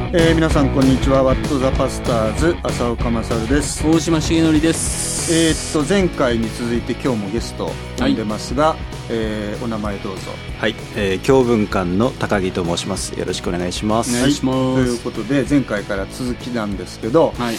皆さんこんにちは。ワットザパスターズ浅岡勝です。 大島重則です。 前回に続いて今日もゲスト呼んでますが、お名前どうぞ。 はい、教文館の高木と申します。よろしくお願いします。 お願いします。 ということで前回から続きなんですけど、 はい、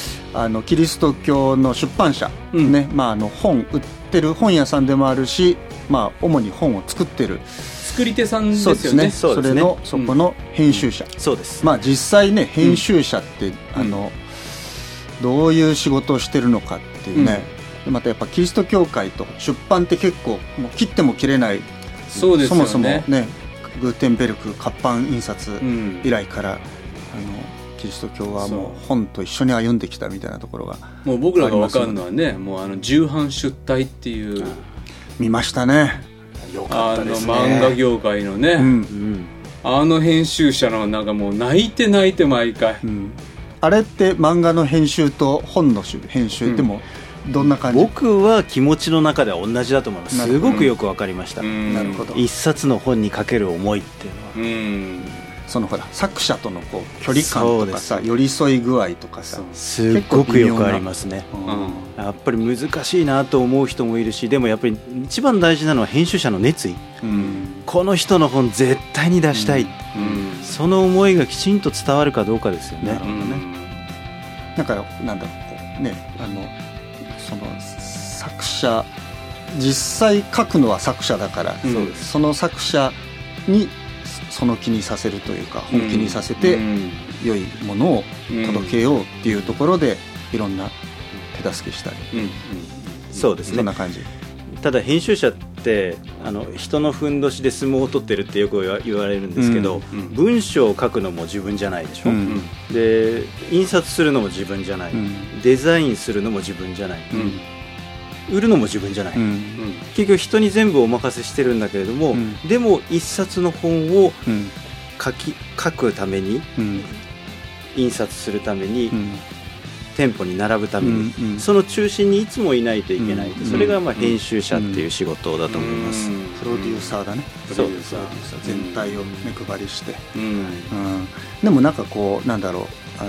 キリスト教の出版社、ね、本売ってる本屋さんでもあるし、主に本を作ってる作り手さんですよね。 それのそこの編集者、 そうです。 実際ね、編集者って、どういう仕事をしてるのかっていうね、またやっぱキリスト教会と出版って結構もう切っても切れない。 そうですよね。 そもそもね、グーテンベルク活版印刷以来から、キリスト教はもう本と一緒に歩んできたみたいなところが、 もう僕らが分かるのはね、もう重版出題っていう、 見ましたね。よかったですね。 漫画業界のね、編集者のなんかもう泣いて毎回、 あれって漫画の編集と本の編集ってもどんな感じ？ 僕は気持ちの中では同じだと思います。すごくよく分かりました。 なるほど。 一冊の本にかける思いっていうのは、 そのほら作者とのこう距離感とかさ、寄り添い具合とかさ、 すっごくよくありますね。やっぱり難しいなと思う人もいるし、でもやっぱり一番大事なのは編集者の熱意、この人の本絶対に出したい、その思いがきちんと伝わるかどうかですよね。 なんかなんだろうね、その作者、実際書くのは作者だから、その作者にその気にさせるというか、本気にさせて良いものを届けようっていうところでいろんな手助けしたり、 そうですね。 そんな感じ。 ただ編集者って人のふんどしで相撲を取ってるってよく言われるんですけど、文章を書くのも自分じゃないでしょ、で印刷するのも自分じゃない、デザインするのも自分じゃない、売るのも自分じゃない、結局人に全部お任せしてるんだけれども、でも一冊の本を書くために、印刷するために、店舗に並ぶために、その中心にいつもいないといけない、それが編集者っていう仕事だと思います。 プロデューサーだね。 そうです。 全体を目配りして、でもなんかこうなんだろう、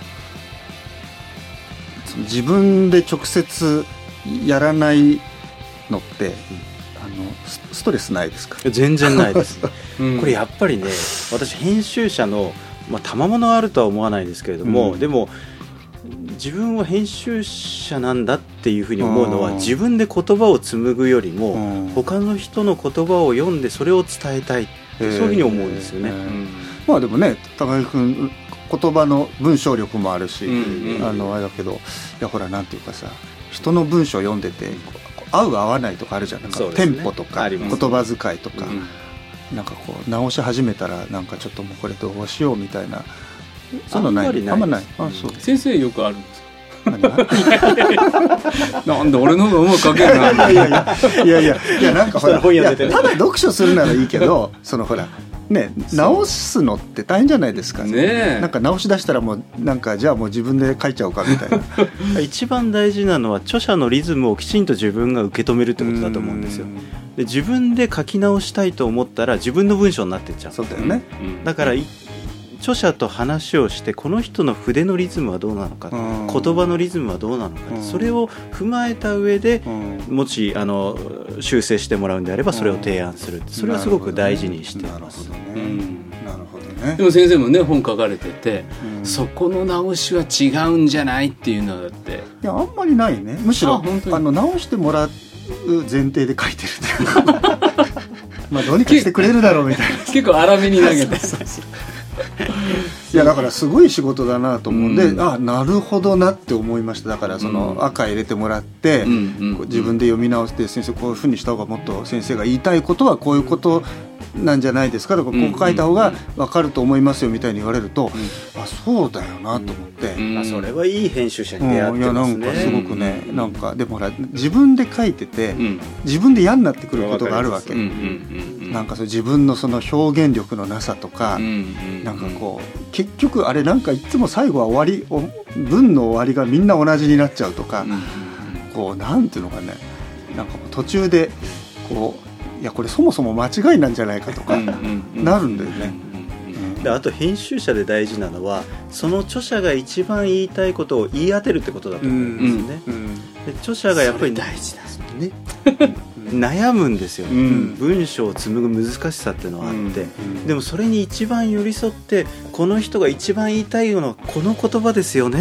自分で直接やらないのって、ストレスないですか？ 全然ないです、これやっぱりね、私編集者の、賜物あるとは思わないですけれども、でも自分は編集者なんだっていうふうに思うのは、自分で言葉を紡ぐよりも、他の人の言葉を読んでそれを伝えたい、そういうふうに思うんですよね。 でもね、高木君言葉の文章力もあるし、あれだけど、いやほらなんていうかさ、人の文章を読んでて合う合わないとかあるじゃん。なんかテンポとか言葉遣いとか、なんかこう直し始めたらなんかちょっともうこれどうしようみたいな、そういうのない？あんまない。そう。 先生よくあるんですか？なんで俺の方がうまく書けるな。 いやなんかほら、ただ読書するならいいけど、そのほらね、直すのって大変じゃないですかね。なんか直し出したらもうなんかじゃあもう自分で書いちゃおうかみたいな。 一番大事なのは著者のリズムをきちんと自分が受け止めるってことだと思うんですよ。で自分で書き直したいと思ったら自分の文章になっていっちゃう。 そうだよね。 だから著者と話をして、この人の筆のリズムはどうなのか、言葉のリズムはどうなのか、それを踏まえた上で、もし修正してもらうんであればそれを提案する、それはすごく大事にしています。 なるほどね。 でも先生もね、本書かれてて、そこの直しは違うんじゃないっていうのはだって、 いやあんまりないね。むしろ直してもらう前提で書いてるっていうかどうにかしてくれるだろうみたいな結構粗めに投げていやだからすごい仕事だなと思うんで、なるほどなって思いました。だからその赤入れてもらって、自分で読み直して、先生こういうふうにした方がもっと先生が言いたいことはこういうことなんじゃないですかとか、こう書いた方が分かると思いますよみたいに言われると、そうだよなと思って、 それはいい編集者に出会ってますね。 いやなんかすごくね、なんかでもほら自分で書いてて、自分で嫌になってくることがあるわけ。なんか自分のその表現力のなさとか、なんかこう結局あれなんかいつも最後は終わり、文の終わりがみんな同じになっちゃうとか、こうなんていうのかね、なんか途中でこういやこれそもそも間違いなんじゃないかとかなるんだよね。 であと編集者で大事なのはその著者が一番言いたいことを言い当てるってことだと思うんですよね、で著者がやっぱり大事だね悩むんですよ、文章を紡ぐ難しさっていうのはあって、でもそれに一番寄り添ってこの人が一番言いたいのはこの言葉ですよねって、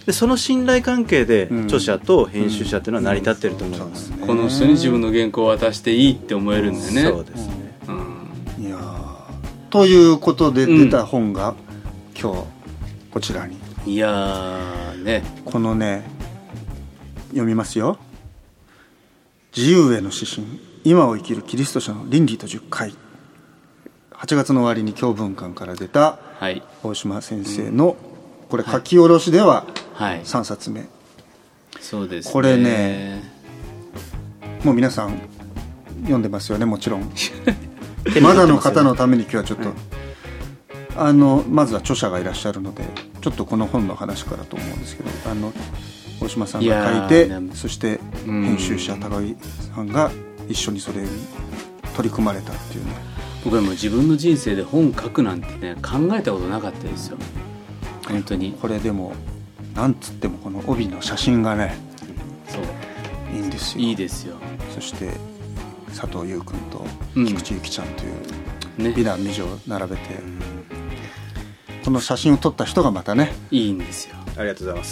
でその信頼関係で著者と編集者っていうのは成り立ってると思います、 この人に自分の原稿を渡していいって思えるんだよね。 そうですね、 いやということで出た本が、今日こちらに、 いやね、 このね読みますよ。自由への指針、今を生きるキリスト者の倫理と10回、8月の終わりに教文館から出た大島先生の、これ書き下ろしでは3冊目、 そうですね、 これねもう皆さん読んでますよね、もちろんまだの方のために今日はちょっと、まずは著者がいらっしゃるのでちょっとこの本の話からと思うんですけど、大島さんが書いて、そして編集者高木さんが一緒にそれに取り組まれたっていうね。 僕はもう自分の人生で本書くなんてね考えたことなかったですよ、本当に。 これでもなんつってもこの帯の写真がね、 そういいんですよ。 いいですよ。 そして佐藤優君と菊池由紀ちゃんという美男美女を並べて、この写真を撮った人がまたねいいんですよ。 ありがとうございます。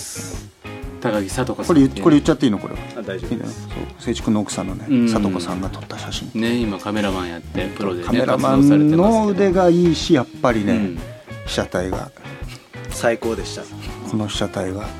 高木聡子さん、 これ言っちゃっていいの？これは大丈夫です。 誠一君の奥さんのね、聡子さんが撮った写真ね、今カメラマンやってプロでねカメラマンの腕がいいし、やっぱりね、被写体が最高でした。 この被写体が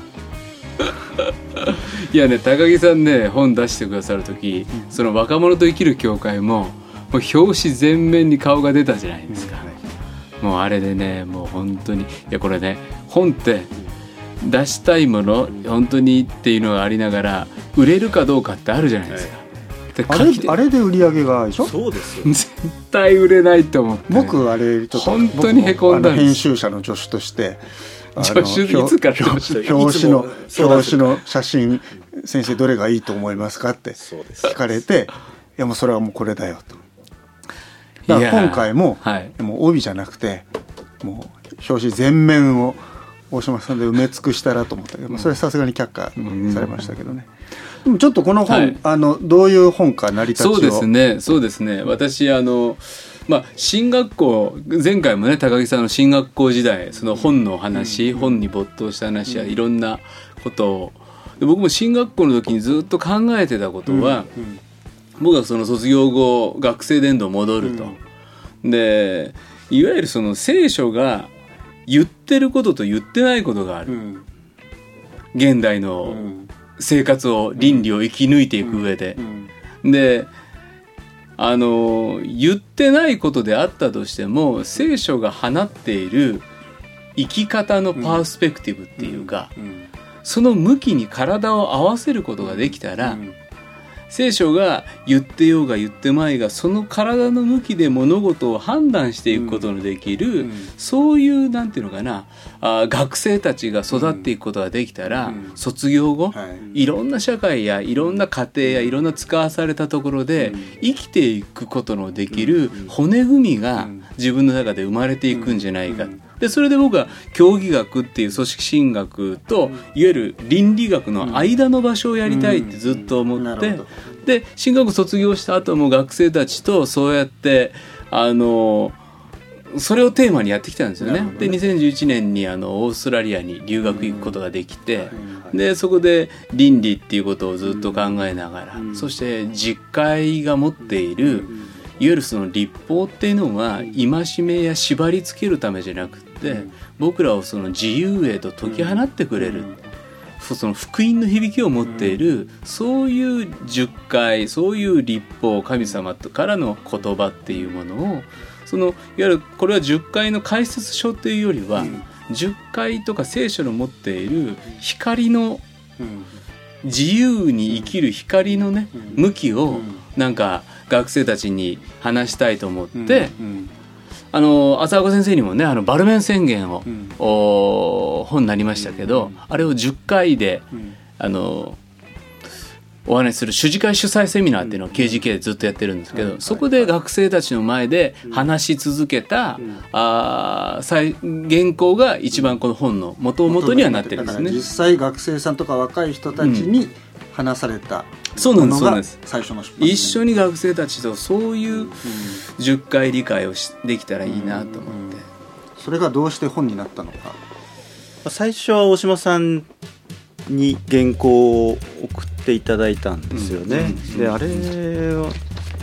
いやね、高木さんね本出してくださる時、その若者と生きる教会もう表紙全面に顔が出たじゃないですか、もうあれでね、もう本当に、いやこれね、本って出したいもの本当にっていうのがありながら売れるかどうかってあるじゃないですか、 あれで売り上げがでしょ。 そうですよ絶対売れないと思って、 僕あれちょっと本当にへこんだんです。 編集者の助手として助手いつから表紙の写真、先生どれがいいと思いますかって聞かれて、いやもうそれはもうこれだよと。だから今回も、もう帯じゃなくてもう表紙全面を大島さんで埋め尽くしたらと思ったけど、それはさすがに却下されましたけどね。でもちょっとこの本、どういう本か成り立ちを。 そうですね。私進学校、前回もね高木さんの進学校時代、その本の話、本に没頭した話やいろんなことを、僕も進学校の時にずっと考えてたことは、僕はその卒業後学生伝道戻ると、でいわゆるその聖書が言ってることと言ってないことがある、現代の生活を、倫理を生き抜いていく上で、で言ってないことであったとしても、聖書が放っている生き方のパースペクティブっていうか、その向きに体を合わせることができたら、聖書が言ってようが言ってまいが、その体の向きで物事を判断していくことのできる、そういうなんていうのかな、学生たちが育っていくことができたら、卒業後、いろんな社会やいろんな家庭やいろんな使わされたところで生きていくことのできる骨組みが自分の中で生まれていくんじゃないか。でそれで僕は教義学っていう組織神学といわゆる倫理学の間の場所をやりたいってずっと思って、で神学卒業した後も学生たちとそうやってそれをテーマにやってきたんですよね。で2011年にオーストラリアに留学行くことができて、でそこで倫理っていうことをずっと考えながら、そして実会が持っているいわゆるその律法っていうのは戒めや縛り付けるためじゃなくて、僕らをその自由へと解き放ってくれる、その福音の響きを持っている、そういう十戒、そういう律法、神様からの言葉っていうものを、そのいわゆるこれは十戒の解説書っていうよりは、十戒とか聖書の持っている光の、自由に生きる光のね、向きをなんか学生たちに話したいと思って、浅岡先生にもねバルメン宣言を、本になりましたけど、あれを10回でお話しする主事会主催セミナーっていうのを KGK でずっとやってるんですけど、そこで学生たちの前で話し続けた原稿が一番この本の元々にはなってるんですね。 だから実際学生さんとか若い人たちに話されたそうなんです、そうなんです。 最初の出版、 一緒に学生たちとそういう10回理解をできたらいいなと思って、 それがどうして本になったのか。 最初は大島さんに原稿を送っていただいたんですよね、であれは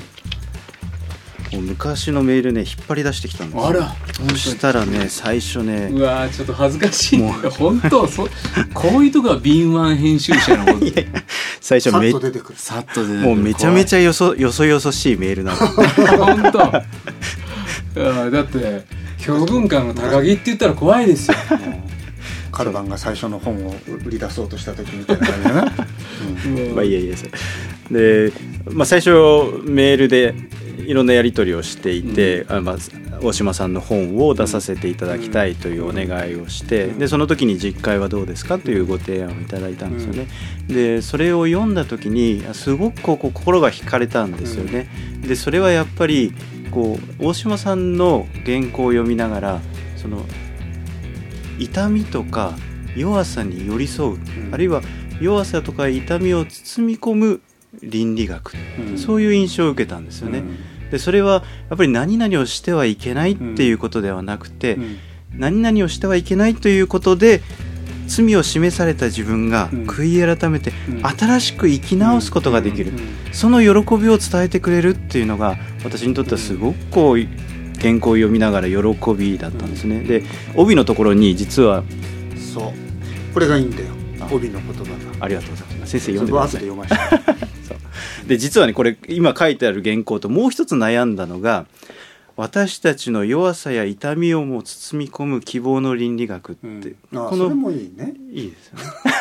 もう昔のメールね引っ張り出してきたんですよ。 あら、 そしたらね最初ね、 うわちょっと恥ずかしい。本当こういうとこは敏腕編集者のこといや最初さっと出てくる、 さっと出てくる、 もうめちゃめちゃよそよそしいメールなの本当だって評文館の高木って言ったら怖いですよカルバンが最初の本を売り出そうとした時みたいな感じだな、 まあいいやいいです。で、最初メールでいろんなやり取りをしていて、大島さんの本を出させていただきたいというお願いをして、でその時に実会はどうですかというご提案をいただいたんですよね。でそれを読んだ時にすごく心が惹かれたんですよね。でそれはやっぱり大島さんの原稿を読みながらその痛みとか弱さに寄り添う、あるいは弱さとか痛みを包み込む倫理学、そういう印象を受けたんですよね。でそれはやっぱり何々をしてはいけないっていうことではなくて、何々をしてはいけないということで罪を示された自分が悔い改めて新しく生き直すことができる、その喜びを伝えてくれるっていうのが私にとってはすごく原稿を読みながら喜びだったんですね。で帯のところに実はそうこれがいいんだよ、帯の言葉が。 ありがとうございます。先生読んでください。 読ましたそうで実はねこれ今書いてある原稿ともう一つ悩んだのが、私たちの弱さや痛みをも包み込む希望の倫理学って、 それもいいね。 いいですよ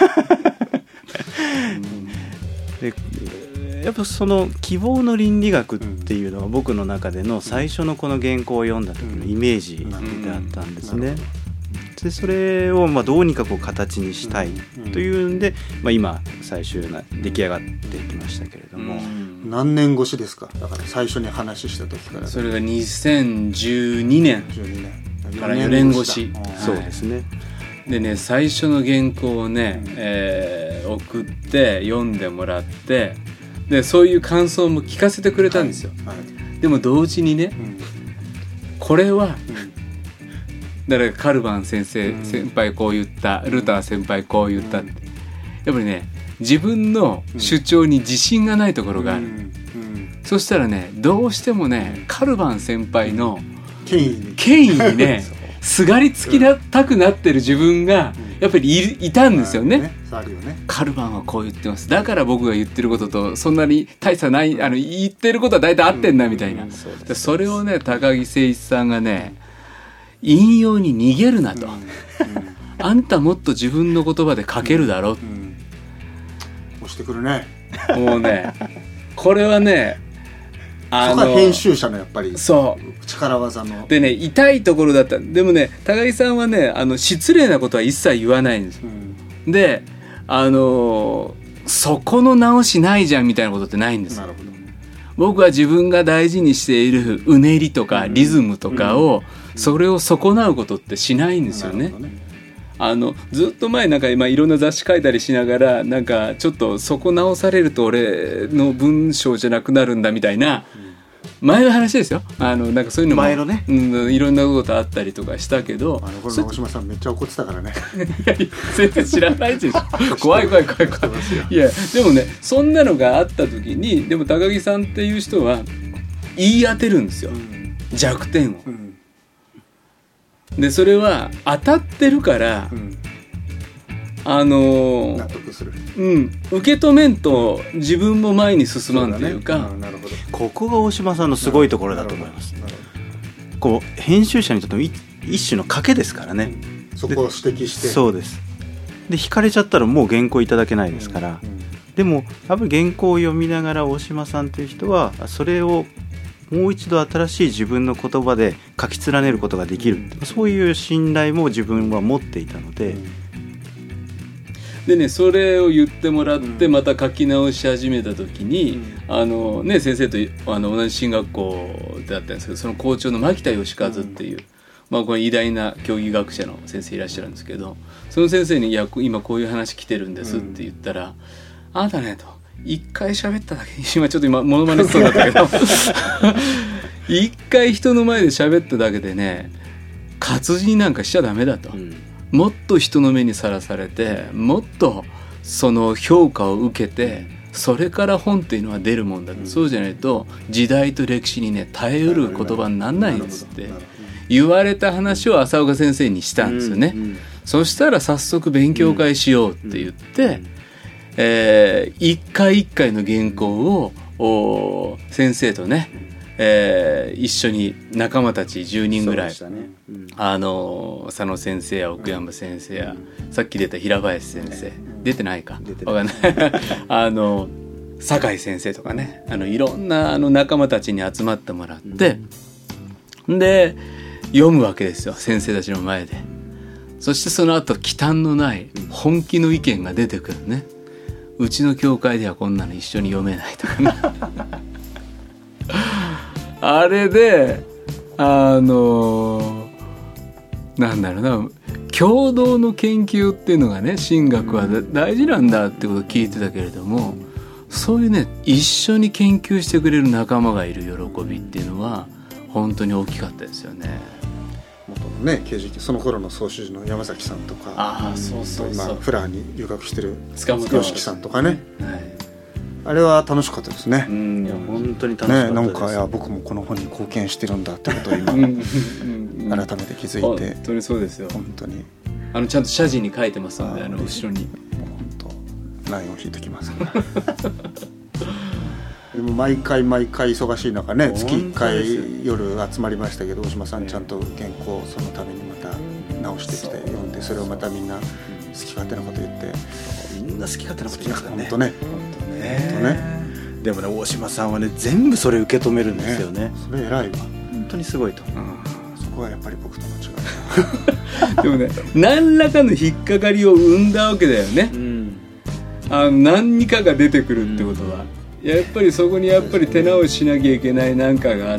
ね。でやっぱその希望の倫理学っていうのは僕の中での最初のこの原稿を読んだ時のイメージであったんですね。でそれをどうにか形にしたいというんで、今最終出来上がってきましたけれども、 何年越しですか。だから最初に話した時から。 それが2012年から4年越し。 そうですね。 でね最初の原稿をね、送って読んでもらって、でそういう感想も聞かせてくれたんですよ、でも同時にね、これは、だからカルバン先輩こう言った、ルター先輩こう言ったって、やっぱりね自分の主張に自信がないところがある、そしたらねどうしてもねカルバン先輩の権威にねすがりつきたくなってる自分がやっぱりいたんですよね。カルバンはこう言ってます、だから僕が言ってることとそんなに大差ない、言ってることは大体合ってんなみたいな、それをね高木誠一さんがね引用に逃げるなと、あんたもっと自分の言葉で書けるだろ、 押してくるね。 もうねこれはねそこは編集者のやっぱり力技のでね痛いところだった。でもね高木さんはね失礼なことは一切言わないんです、でそこの直しないじゃんみたいなことってないんです。 なるほど。 僕は自分が大事にしているうねりとかリズムとかを、それを損なうことってしないんですよね。ずっと前今いろんな雑誌書いたりしながらちょっとそこ直されると俺の文章じゃなくなるんだみたいな、前の話ですよ。そういうのも前のね、 いろんなことあったりとかしたけど、 これ大島さんめっちゃ怒ってたからね。 いや全然知らないでしょ。怖い。いやでもねそんなのがあった時に、でも高木さんっていう人は言い当てるんですよ、弱点を。でそれは当たってるから、 納得する、 受け止めんと自分も前に進まんというか、 ここが大島さんのすごいところだと思います。編集者にとっても一種の賭けですからね、 そこを指摘して。 そうです。で引かれちゃったらもう原稿いただけないですから、でもやっぱり原稿を読みながら大島さんという人はそれをもう一度新しい自分の言葉で書き連ねることができる、そういう信頼も自分は持っていたので、 でね、それを言ってもらってまた書き直し始めた時に、ね、先生と同じ進学校だったんですけど、その校長の牧田義和っていう、これ偉大な教義学者の先生いらっしゃるんですけど、その先生に「いや今こういう話来てるんです」って言ったら「あなたね」と「一回喋っただけ」今ちょっとモノマネしそうだったけど一回人の前で喋っただけでね、活字なんかしちゃダメだと、もっと人の目にさらされて、もっとその評価を受けて、それから本っていうのは出るもんだと、そうじゃないと時代と歴史にね耐えうる言葉にならないんですって言われた話を浅岡先生にしたんですよね。そしたら早速勉強会しようって言って、一回一回の原稿を先生とね、一緒に仲間たち10人ぐらい、佐野先生や奥山先生や、さっき出た平林先生、出てないか分かんない酒井先生とかね、いろんな仲間たちに集まってもらって、で読むわけですよ、先生たちの前で。そしてその後忌憚のない本気の意見が出てくるね。うちの教会ではこんなの一緒に読めないとかねあれでなんだろうな、共同の研究っていうのがね、神学は大事なんだってことを聞いてたけれども、そういうね一緒に研究してくれる仲間がいる喜びっていうのは本当に大きかったですよね。 元のねKGK、その頃の総主事の山崎さんとか、今フラーに留学してる塚本良樹さんとかね、あれは楽しかったですね。 いや本当に楽しかったですね。 なんかいや僕もこの本に貢献してるんだってことを今改めて気づいて、 本当にそうですよ。 本当にちゃんと謝辞に書いてますので、後ろに本当ラインを引いてきますでも毎回忙しい中ね、月1回夜集まりましたけど、大島さんちゃんと原稿そのためにまた直してきて読んで、それをまたみんな好き勝手なこと言って、 みんな好き勝手なこと言いますからね。 本当ね。 でもね、大島さんはね全部それ受け止めるんですよね。 それ偉いわ。 本当にすごいと。 そこはやっぱり僕との違いでもね、何らかの引っかかりを生んだわけだよね。何かが出てくるってことは、やっぱりそこにやっぱり手直ししなきゃいけない何かがあって、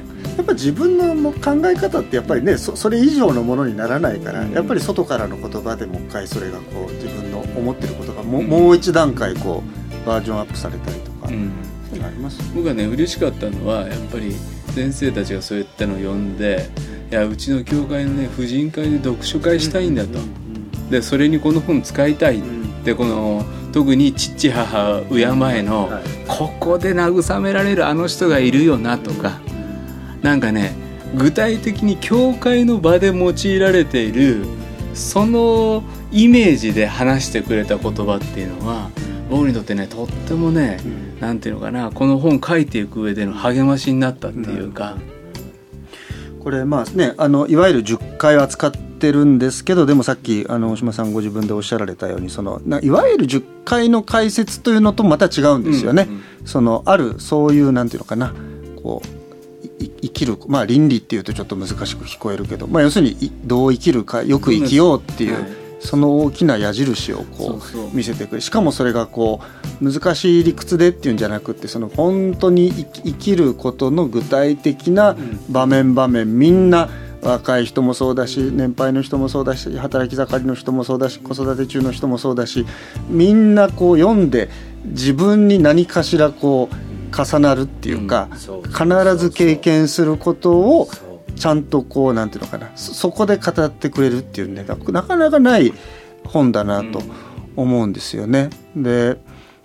やっぱ自分の考え方ってやっぱりね、それ以上のものにならないから、やっぱり外からの言葉でもう一回それがこう自分の思ってることがもう一段階こうバージョンアップされたりとか、そういうのあります。 僕はね嬉しかったのは、やっぱり先生たちがそういったのを読んで、いやうちの教会のね婦人会で読書会したいんだと、でそれにこの本使いたい、でこの特に父母敬えの、ここで慰められるあの人がいるよなとか、なんかね具体的に教会の場で用いられているそのイメージで話してくれた言葉っていうのは、僕にとってねとってもね、なんていうのかな、この本書いていく上での励ましになったっていうか、 これまあね、いわゆる10回を扱ってるんですけど、でもさっき大島さんご自分でおっしゃられたように、いわゆる10回の解説というのとまた違うんですよね。あるそういうなんていうのかな、こう生きる、倫理っていうとちょっと難しく聞こえるけど、要するにどう生きるか、よく生きようっていう、その大きな矢印をこう見せてくる。しかもそれがこう難しい理屈でっていうんじゃなくて、本当に生きることの具体的な場面みんな、若い人もそうだし、年配の人もそうだし、働き盛りの人もそうだし、子育て中の人もそうだし、みんなこう読んで自分に何かしらこう重なるっていうか、必ず経験することをちゃんとこうなんていうのかな、そこで語ってくれるっていうね、なかなかない本だなと思うんですよね。で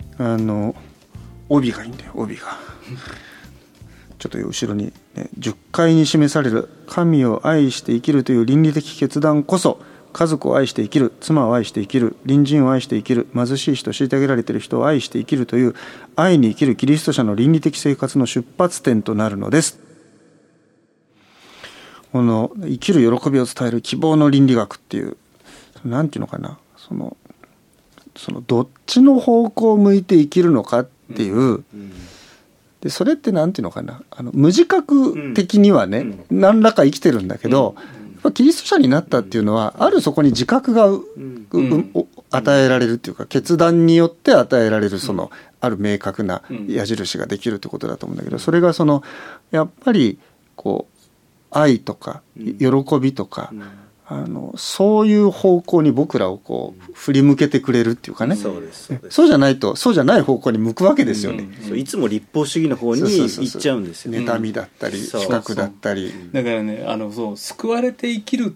帯がいいんだよ、帯がちょっと後ろに、ね、10回に示される神を愛して生きるという倫理的決断こそ、家族を愛して生きる、妻を愛して生きる、隣人を愛して生きる、貧しい人、虐げられている人を愛して生きるという愛に生きるキリスト者の倫理的生活の出発点となるのです。この生きる喜びを伝える希望の倫理学っていう、なんていうのかな、そのどっちの方向を向いて生きるのかっていう、でそれってなんていうのかな、無自覚的にはね、何らか生きてるんだけど、 キリスト者になったっていうのは、あるそこに自覚が与えられるっていうか、決断によって与えられるそのある明確な矢印ができるってことだと思うんだけど、それがそのやっぱりこう愛とか喜びとか、そういう方向に僕らをこう振り向けてくれるっていうかね、そうじゃないとそうじゃない方向に向くわけですよね。 いつも立法主義の方に行っちゃうんですよ。 妬みだったり比較だったり。 だからね、そう救われて生きるって、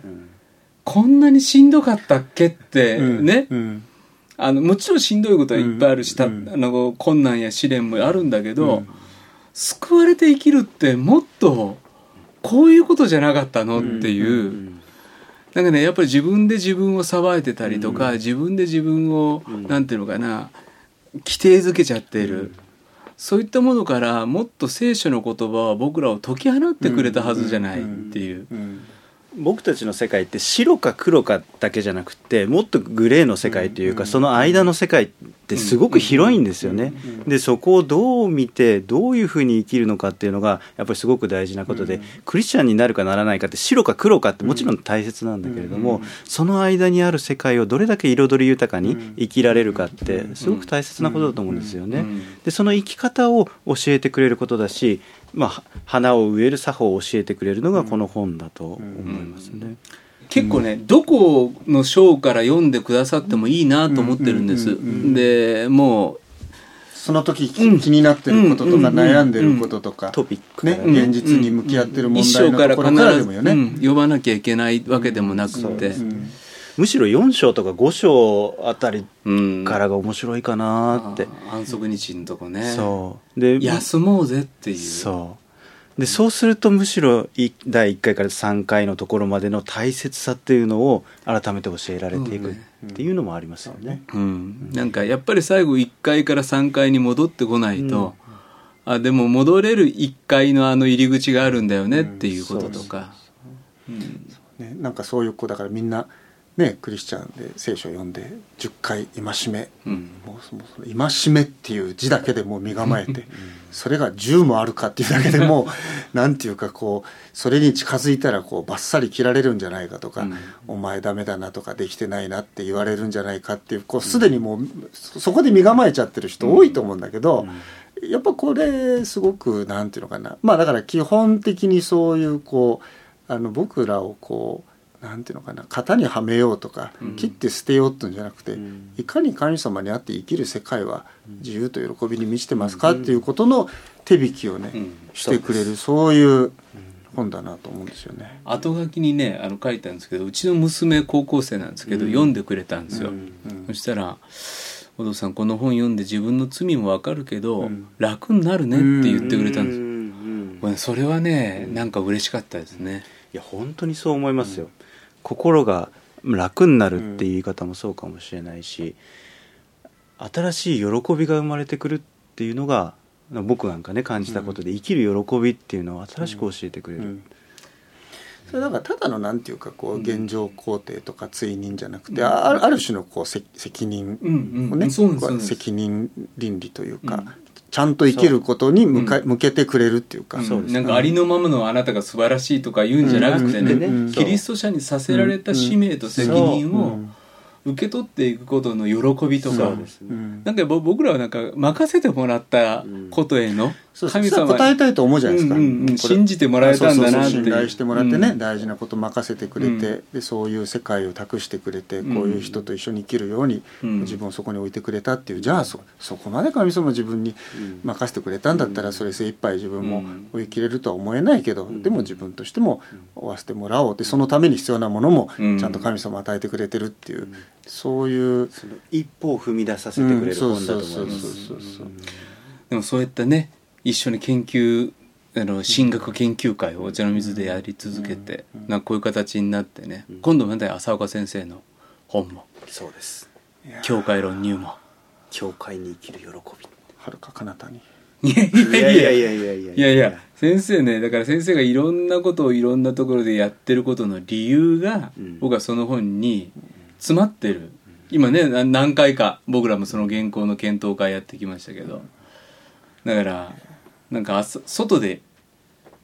こんなにしんどかったっけってね、もちろんしんどいことはいっぱいあるし、困難や試練もあるんだけど、救われて生きるってもっとこういうことじゃなかったのっていう、なんかね、やっぱり自分で自分を裁いてたりとか、自分で自分をなんていうのかな、規定づけちゃっている、そういったものからもっと聖書の言葉は僕らを解き放ってくれたはずじゃないっていう。 僕たちの世界って白か黒かだけじゃなくて、もっとグレーの世界というか、その間の世界ってすごく広いんですよね。でそこをどう見てどういうふうに生きるのかっていうのがやっぱりすごく大事なことで、クリスチャンになるかならないかって白か黒かってもちろん大切なんだけれども、その間にある世界をどれだけ彩り豊かに生きられるかってすごく大切なことだと思うんですよね。でその生き方を教えてくれることだし、花を植える作法を教えてくれるのがこの本だと思いますね。 結構ね、どこの章から読んでくださってもいいなと思ってるんです。でもうその時気になってることとか悩んでることとか、 トピックね、現実に向き合ってる問題のところからでもよね、 読まなきゃいけないわけでもなくて、 むしろ4章とか5章あたりからが面白いかなって。 安息日のとこね。 そうで休もうぜっていう。 そうするとむしろ第1回から3回のところまでの大切さっていうのを改めて教えられていくっていうのもありますよね。 なんかやっぱり最後1回から3回に戻ってこないと、でも戻れる1回の入り口があるんだよねっていうこととか、 なんかそういうだからみんなね、クリスチャンで聖書を読んで10回戒め、もう戒めっていう字だけでもう身構えてそれが10もあるかっていうだけでもなんていうかこうそれに近づいたらこうバッサリ切られるんじゃないかとか、お前ダメだなとかできてないなって言われるんじゃないかっていう、こうすでにもうそこで身構えちゃってる人多いと思うんだけど、やっぱこれすごくなんていうのかな、だから基本的にそういうこう僕らをこうなんていうのかな、型にはめようとか、切って捨てようっていうんじゃなくて、いかに神様にあって生きる世界は自由と喜びに満ちてますかっていうことの手引きをね、してくれる、そういう本だなと思うんですよね。 後書きにね書いたんですけど、うちの娘高校生なんですけど、読んでくれたんですよ。そしたら「お父さんこの本読んで自分の罪もわかるけど、楽になるね」って言ってくれたんですよ。それはねなんか嬉しかったですね。 いや本当にそう思いますよ。心が楽になるっていう言い方もそうかもしれないし、新しい喜びが生まれてくるっていうのが僕なんかね感じたことで、生きる喜びっていうのを新しく教えてくれる。 それだからただのなんていうかこう現状肯定とか追認じゃなくて、ある種のこう責任をね、責任倫理というか、ちゃんと生きることに向けてくれるっていうか、 なんかありのままのあなたが素晴らしいとか言うんじゃなくてね、キリスト者にさせられた使命と責任を受け取っていくことの喜びとか、なんか僕らはなんか任せてもらったことへの神様に答えたいと思うじゃないですか。 信じてもらえたんだなって、 信頼してもらってね、大事なこと任せてくれて、でそういう世界を託してくれて、こういう人と一緒に生きるように自分をそこに置いてくれたっていう、じゃあそこまで神様自分に任せてくれたんだったら、それ精一杯自分も追い切れるとは思えないけど、でも自分としても追わせてもらおうって、そのために必要なものもちゃんと神様与えてくれてるっていう、そういう一歩を踏み出させてくれる本だと思います。 でもそういったね、一緒に研究神学研究会をお茶の水でやり続けて、なんかこういう形になってね、今度また浅岡先生の本も、 そうです、 教会論入門、 教会に生きる喜び、 はるか彼方に。 いや先生ね、だから先生がいろんなことをいろんなところでやってることの理由が、僕はその本に詰まってる。今ね、何回か僕らもその原稿の検討会やってきましたけど、だからなんか外で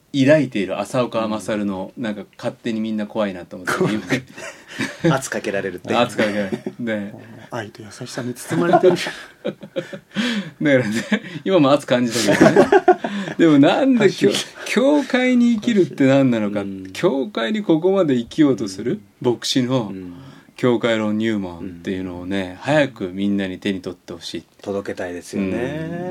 抱いている浅岡勝のなんか勝手にみんな怖いなと思って圧かけられるって圧かけられるで愛と優しさに包まれてるだからね今も圧感じたけどねでもなんで教会に生きるって何なのか、教会にここまで生きようとする牧師の教会論入門っていうのをね、早くみんなに手に取ってほしい、 届けたいですよね、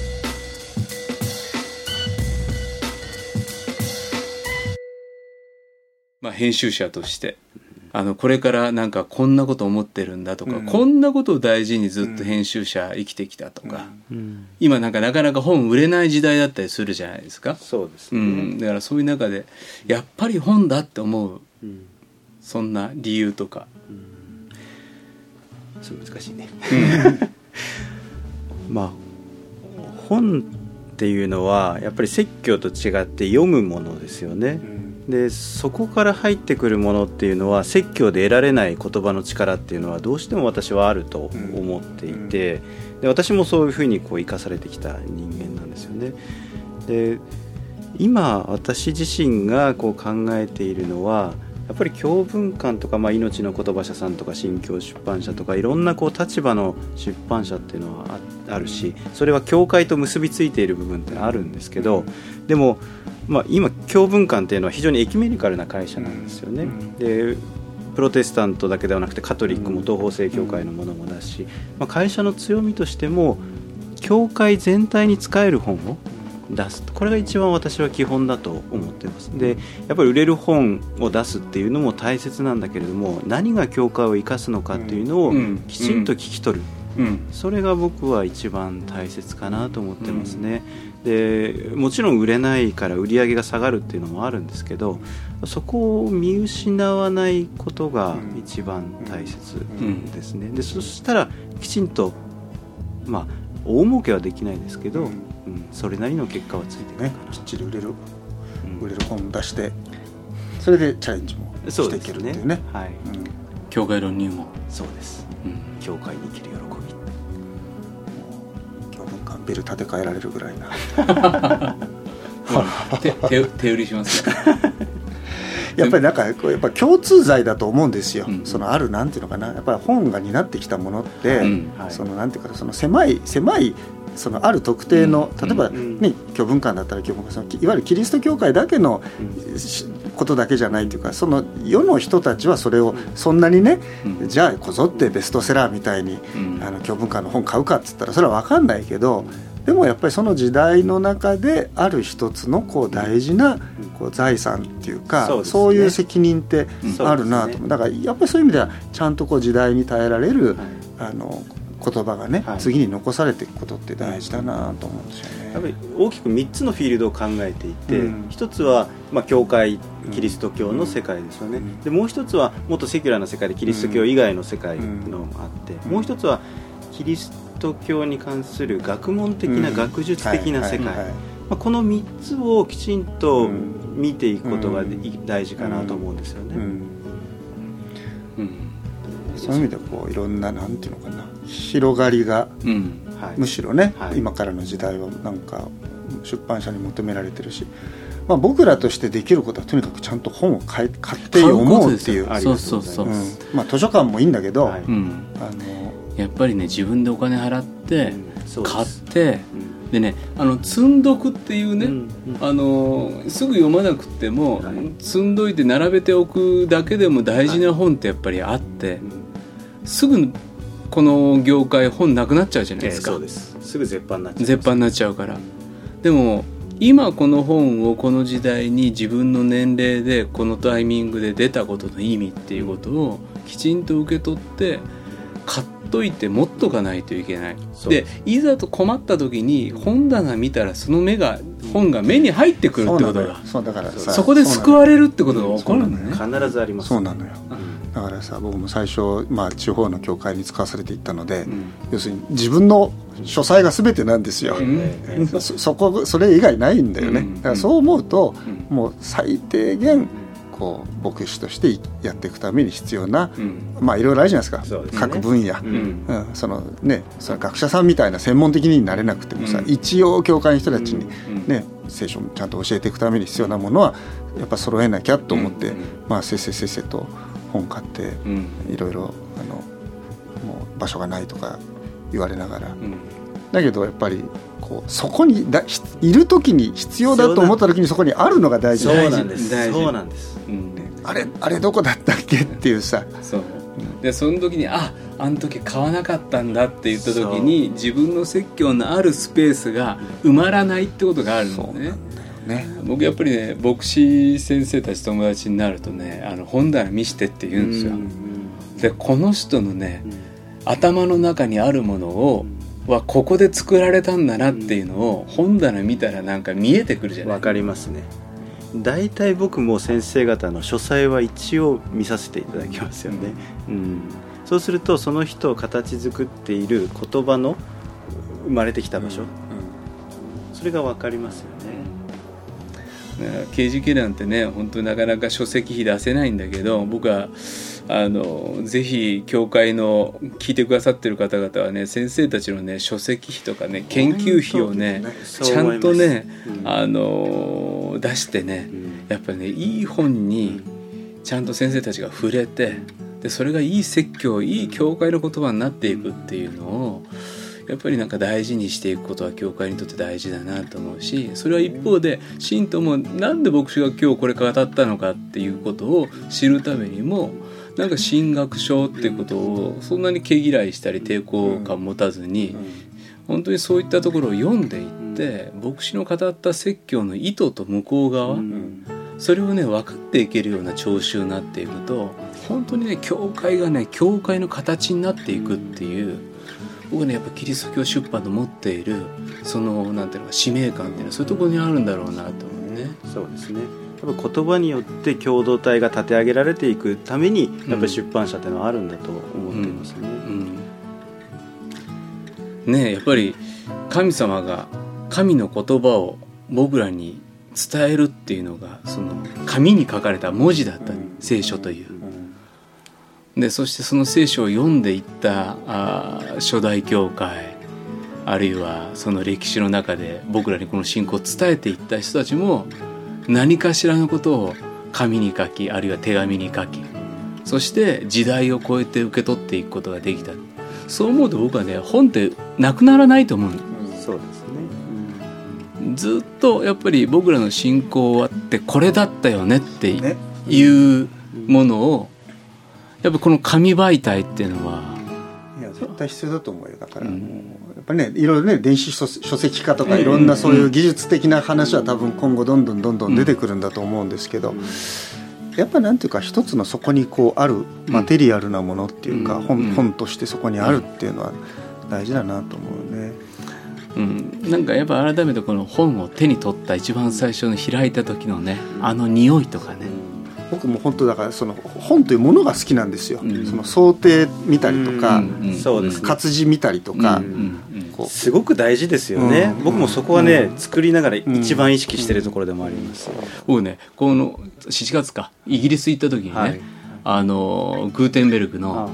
まあ、編集者としてこれからなんかこんなこと思ってるんだとか、こんなことを大事にずっと編集者生きてきたとか、今なんかなかなか本売れない時代だったりするじゃないですか。 そうですね、 だからそういう中でやっぱり本だって思う、そんな理由とか、 それ難しいねまあ本っていうのはやっぱり説教と違って読むものですよね、でそこから入ってくるものっていうのは説教で得られない言葉の力っていうのはどうしても私はあると思っていて、で私もそういうふうにこう生かされてきた人間なんですよね。で今私自身がこう考えているのはやっぱり教文館とか、命の言葉社さんとか新教出版社とかいろんなこう立場の出版社っていうのは あるし、それは教会と結びついている部分ってあるんですけど、でも今教文館っていうのは非常にエキメニカルな会社なんですよね。でプロテスタントだけではなくてカトリックも東方正教会のものもだし、会社の強みとしても教会全体に使える本を出す、これが一番私は基本だと思っています。でやっぱり売れる本を出すっていうのも大切なんだけれども、何が教会を生かすのかっていうのをきちんと聞き取る、それが僕は一番大切かなと思ってますね。でもちろん売れないから売り上げが下がるっていうのもあるんですけど、そこを見失わないことが一番大切ですね。でそしたらきちんと大儲けはできないですけど、それなりの結果はついてくるかな、 きっちり売れる本を出して、それでチャレンジもしていけるっていうね。 はい、 教会論入門、 そうです、教会に生きる喜び、 教文館ビル建て替えられるぐらいな手売りしますねやっぱりなんかやっぱ共通罪だと思うんですよ、そのあるなんていうのかな、やっぱり本が担ってきたものって、そのなんていうか、その狭いそのある特定の、例えば、教文館だったら教文館、いわゆるキリスト教会だけのことだけじゃないというか、その世の人たちはそれをそんなにね、じゃあこぞってベストセラーみたいに、教文館の本買うかって言ったらそれは分かんないけど、でもやっぱりその時代の中である一つのこう大事なこう財産っていうか、そういう責任ってあるなと、だからやっぱりそういう意味ではちゃんとこう時代に耐えられる、言葉がね、次に残されていくことって大事だなと思うんですよね。 やっぱり大きく3つのフィールドを考えていて、一つは教会キリスト教の世界ですよね。でもう一つはもっとセキュラーな世界でキリスト教以外の世界のもあって、もう一つはキリスト教に関する学問的な学術的な世界、この3つをきちんと見ていくことが大事かなと思うんですよね。 そういう意味でこういろんななんていうのかな、広がりが、むしろね、今からの時代はなんか出版社に求められてるし、僕らとしてできることはとにかくちゃんと本を買って読もうっていう、 そう、 図書館もいいんだけど、 やっぱりね、自分でお金払って買って、でね、積んどくっていうね、すぐ読まなくても、積んどいて並べておくだけでも大事な本ってやっぱりあって、すぐこの業界本なくなっちゃうじゃないですか。 そうです、すぐ絶版になっちゃうから。でも今この本をこの時代に自分の年齢でこのタイミングで出たことの意味っていうことをきちんと受け取って買っといて持っとかないといけない。でいざと困った時に本棚見たらその本が目に入ってくるってことが、 そうだからさ、 そこで救われるってことが起こるんだね。 必ずあります。 そうなのよ。だからさ、僕も最初、地方の教会に使わされていったので、要するに自分の書斎が全てなんですよ、それ以外ないんだよね。だからそう思うと、もう最低限こう牧師としてやっていくために必要な、まあいろいろあるじゃないですか、 そうですね、 各分野、その学者さんみたいな専門的になれなくてもさ、一応教会の人たちにね、聖書をちゃんと教えていくために必要なものはやっぱ揃えなきゃと思って、まあせっせと本買っていろいろもう場所がないとか言われながら、だけどやっぱりこうそこにいる時に必要だと思った時にそこにあるのが大事。 そうなんです、そうなんです、 あれどこだったっけっていうさ、 そうでその時にあの時買わなかったんだって言った時に自分の説教のあるスペースが埋まらないってことがあるのね。僕やっぱりね牧師先生たち友達になるとね本棚見してって言うんですよ。でこの人のね頭の中にあるものをはここで作られたんだなっていうのを本棚見たらなんか見えてくるじゃない。 わかりますね。だいたい僕も先生方の書斎は一応見させていただきますよね、そうするとその人を形作っている言葉の生まれてきた場所、それがわかりますよね。 刑事系なんてね本当になかなか書籍費出せないんだけど、僕はぜひ教会の聞いてくださってる方々はね先生たちのね書籍費とかね研究費をねちゃんとね、出してね、やっぱりねいい本にちゃんと先生たちが触れて、でそれがいい説教いい教会の言葉になっていくっていうのをやっぱりなんか大事にしていくことは教会にとって大事だなと思うし、それは一方で信徒もなんで牧師が今日これ語ったのかっていうことを知るためにもなんか神学書っていうことをそんなに毛嫌いしたり抵抗感持たずに、本当にそういったところを読んでいって牧師の語った説教の意図と向こう側、それをね分かっていけるような聴衆になっていくと本当にね教会がね教会の形になっていくっていう、僕ねやっぱキリスト教出版の持っているそのなんていうのか使命感っていうのはそういうところにあるんだろうなと思うね。 そうですね。やっぱ言葉によって共同体が立て上げられていくためにやっぱり出版社っていうのはあるんだと思っていますね。 ねえやっぱり神様が神の言葉を僕らに伝えるっていうのがその紙に書かれた文字だった、聖書という。でそしてその聖書を読んでいった初代教会、あるいはその歴史の中で僕らにこの信仰を伝えていった人たちも何かしらのことを紙に書き、あるいは手紙に書き、そして時代を超えて受け取っていくことができた。そう思うと僕はね本ってなくならないと思う。 そうですね、 ずっとやっぱり僕らの信仰はってこれだったよねっていうものをやっぱこの紙媒体っていうのはいや絶対必要だと思うよ。だからもうやっぱねいろいろね電子書籍化とかいろんなそういう技術的な話は多分今後どんどん出てくるんだと思うんですけど、やっぱなんていうか一つのそこにこうあるマテリアルなものっていうか、本としてそこにあるっていうのは大事だなと思うね。 なんかやっぱ改めてこの本を手に取った一番最初の開いた時のね匂いとかね、 僕も本当だからその本というものが好きなんですよ、その想定見たりとか、活字見たりとか、 すごく大事ですよね、僕もそこはね、作りながら一番意識しているところでもあります、 僕ねこの7月かイギリス行った時にね、グーテンベルクの、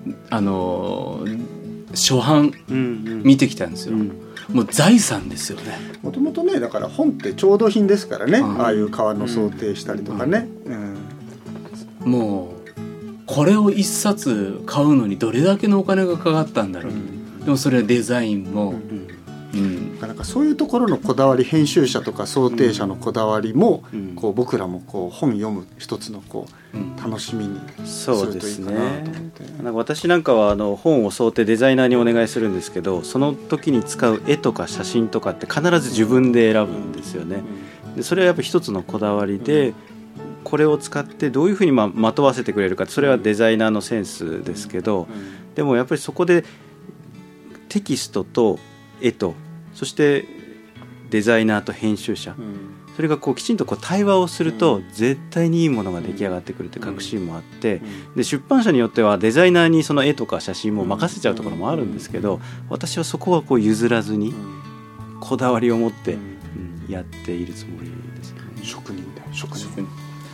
初版見てきたんですよ、もう財産ですよね。 もともとねだから本って調度品ですからね、ああいう革の想定したりとかね、 もうこれを一冊買うのにどれだけのお金がかかったんだろう、でもそれはデザインも、 なんかそういうところのこだわり、編集者とか想定者のこだわりも、こう僕らもこう本読む一つのこう、楽しみにするといいかなと思って、 なんか私なんかは本を想定デザイナーにお願いするんですけど、その時に使う絵とか写真とかって必ず自分で選ぶんですよね。でそれはやっぱ一つのこだわりで、これを使ってどういうふうにまとわせてくれるか、それはデザイナーのセンスですけど、でもやっぱりそこでテキストと絵とそしてデザイナーと編集者、それがこうきちんとこう対話をすると絶対にいいものが出来上がってくるって確信もあって、で出版社によってはデザイナーにその絵とか写真も任せちゃうところもあるんですけど、私はそこはこう譲らずにこだわりを持ってやっているつもりですね。 職人だよ、職人。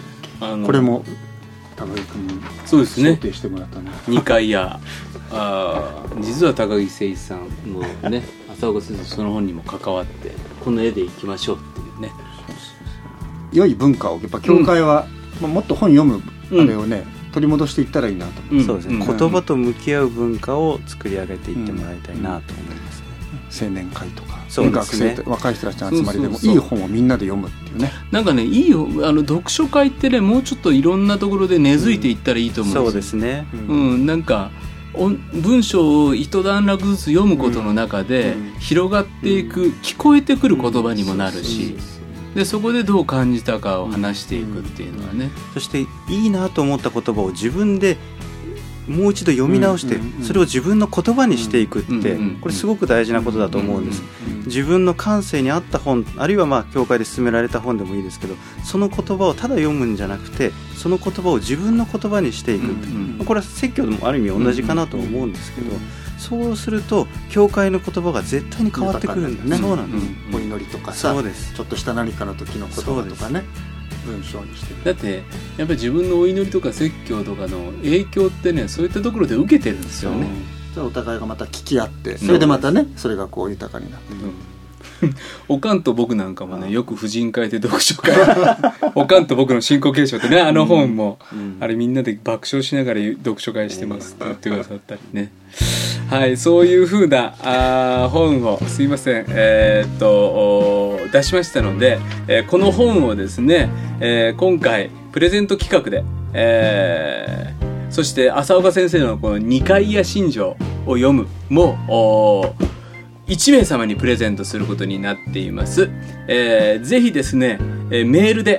これも高木君に想定してもらったんだ。 2階や実は高木誠一さんのね浅岡先生その本にも関わってこの絵でいきましょうっていうね良い文化をやっぱ教会は、もっと本読むあれをね、取り戻していったらいいなと思う、 そうですね、言葉と向き合う文化を作り上げていってもらいたいなと思いますね、 青年会とか、 学生若い人たちの集まりでもいい本をみんなで読むっていうね。 なんかねいい読書会ってねもうちょっといろんなところで根付いていったらいいと思うんですよ。 そうですね、 なんか文章を一段落ずつ読むことの中で広がっていく、聞こえてくる言葉にもなるし、でそこでどう感じたかを話していくっていうのはね、 そしていいなと思った言葉を自分でもう一度読み直して、それを自分の言葉にしていくって、これすごく大事なことだと思うんです。自分の感性に合った本、あるいは教会で勧められた本でもいいですけど、その言葉をただ読むんじゃなくて、その言葉を自分の言葉にしていく、これは説教でもある意味同じかなと思うんですけど、そうすると教会の言葉が絶対に変わってくるんですね。そうなんです、 お祈りとかさ、 そうです、 ちょっとした何かの時の言葉とかね、文章にしてる。 だってやっぱり自分のお祈りとか説教とかの影響ってね、そういったところで受けてるんですよね。 お互いがまた聞き合って、それでまたね、それがこう豊かになって、 おかんと僕なんかもね、よく婦人会で読書会おかんと僕の信仰継承ってね、本も、あれみんなで爆笑しながら読書会してますって言ってくださったりね、はい、そういう風な本をすいません、出しましたので、この本をですね、今回プレゼント企画で、そして浅岡先生のこの二階屋心情を読むも1名様にプレゼントすることになっています。ぜひですね、メールで、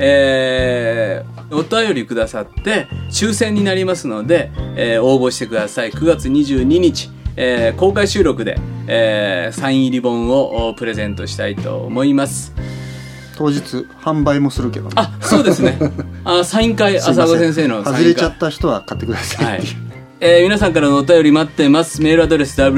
お便りくださって抽選になりますので、応募してください。9月22日、公開収録で、サイン入り本をプレゼントしたいと思います。 当日販売もするけどね。 そうですね。サイン会、浅岡先生のサイン会外れちゃった人は買ってください、 はい。皆さんからのお便り待ってます。メールアドレス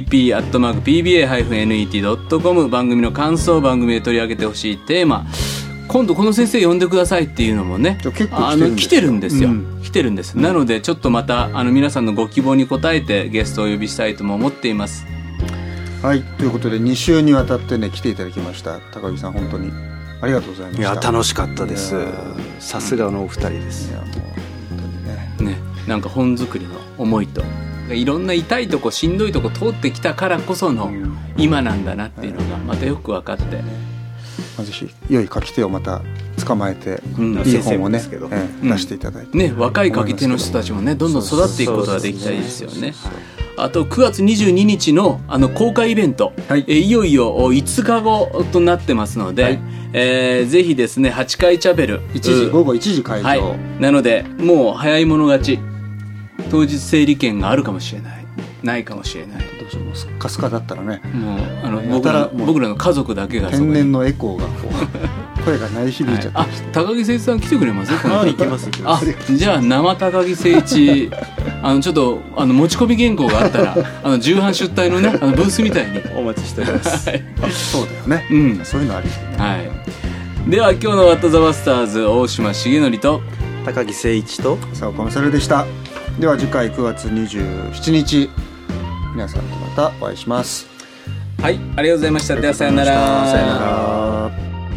wtp@pba-net.com、 番組の感想、番組で取り上げてほしいテーマ、今度この先生呼んでくださいっていうのもね、 結構来てるんですよ、来てるんです、なのでちょっとまた皆さんのご希望に応えてゲストをお呼びしたいとも思っています。 はい、ということで2週にわたってね来ていただきました高木さん、本当にありがとうございました。 いや楽しかったです。さすがのお二人です。 いやもう本当にね、 なんか本作りの思いといろんな痛いとこしんどいとこ通ってきたからこその今なんだなっていうのがまたよく分かって、ぜひ良い書き手をまた捕まえて、いい本をね、出していただいて、 ね、若い書き手の人たちもねどんどん育っていくことができたらいいですよね。あと9月22日の公開イベント、いよいよ5日後となってますので、ぜひですね8階チャペル午後1時開場、 なのでもう早い者勝ち、当日整理券があるかもしれない、ないかもしれない、 どうしてもスカスカだったらね、 もう僕らの家族だけが天然のエコーがこう声が鳴り響いちゃって、 高木誠一さん来てくれます？ 行きます。 じゃあ生高木誠一ちょっと持ち込み原稿があったら重版出退のねブースみたいにお待ちしております。 そうだよね、そういうのありですね。 はい。では今日のワットザバスターズ、大島重則と高木誠一と浅岡勝でした。では次回9月27日皆さんとまたお会いします。 はい、ありがとうございました。ではさよなら。 さよなら。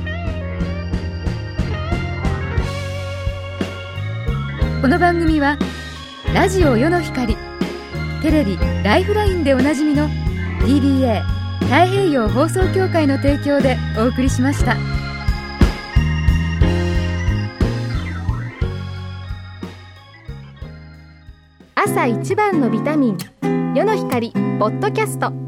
この番組はラジオ世の光、テレビライフラインでおなじみの PBA 太平洋放送協会の提供でお送りしました。朝一番のビタミン、世の光ポッドキャスト。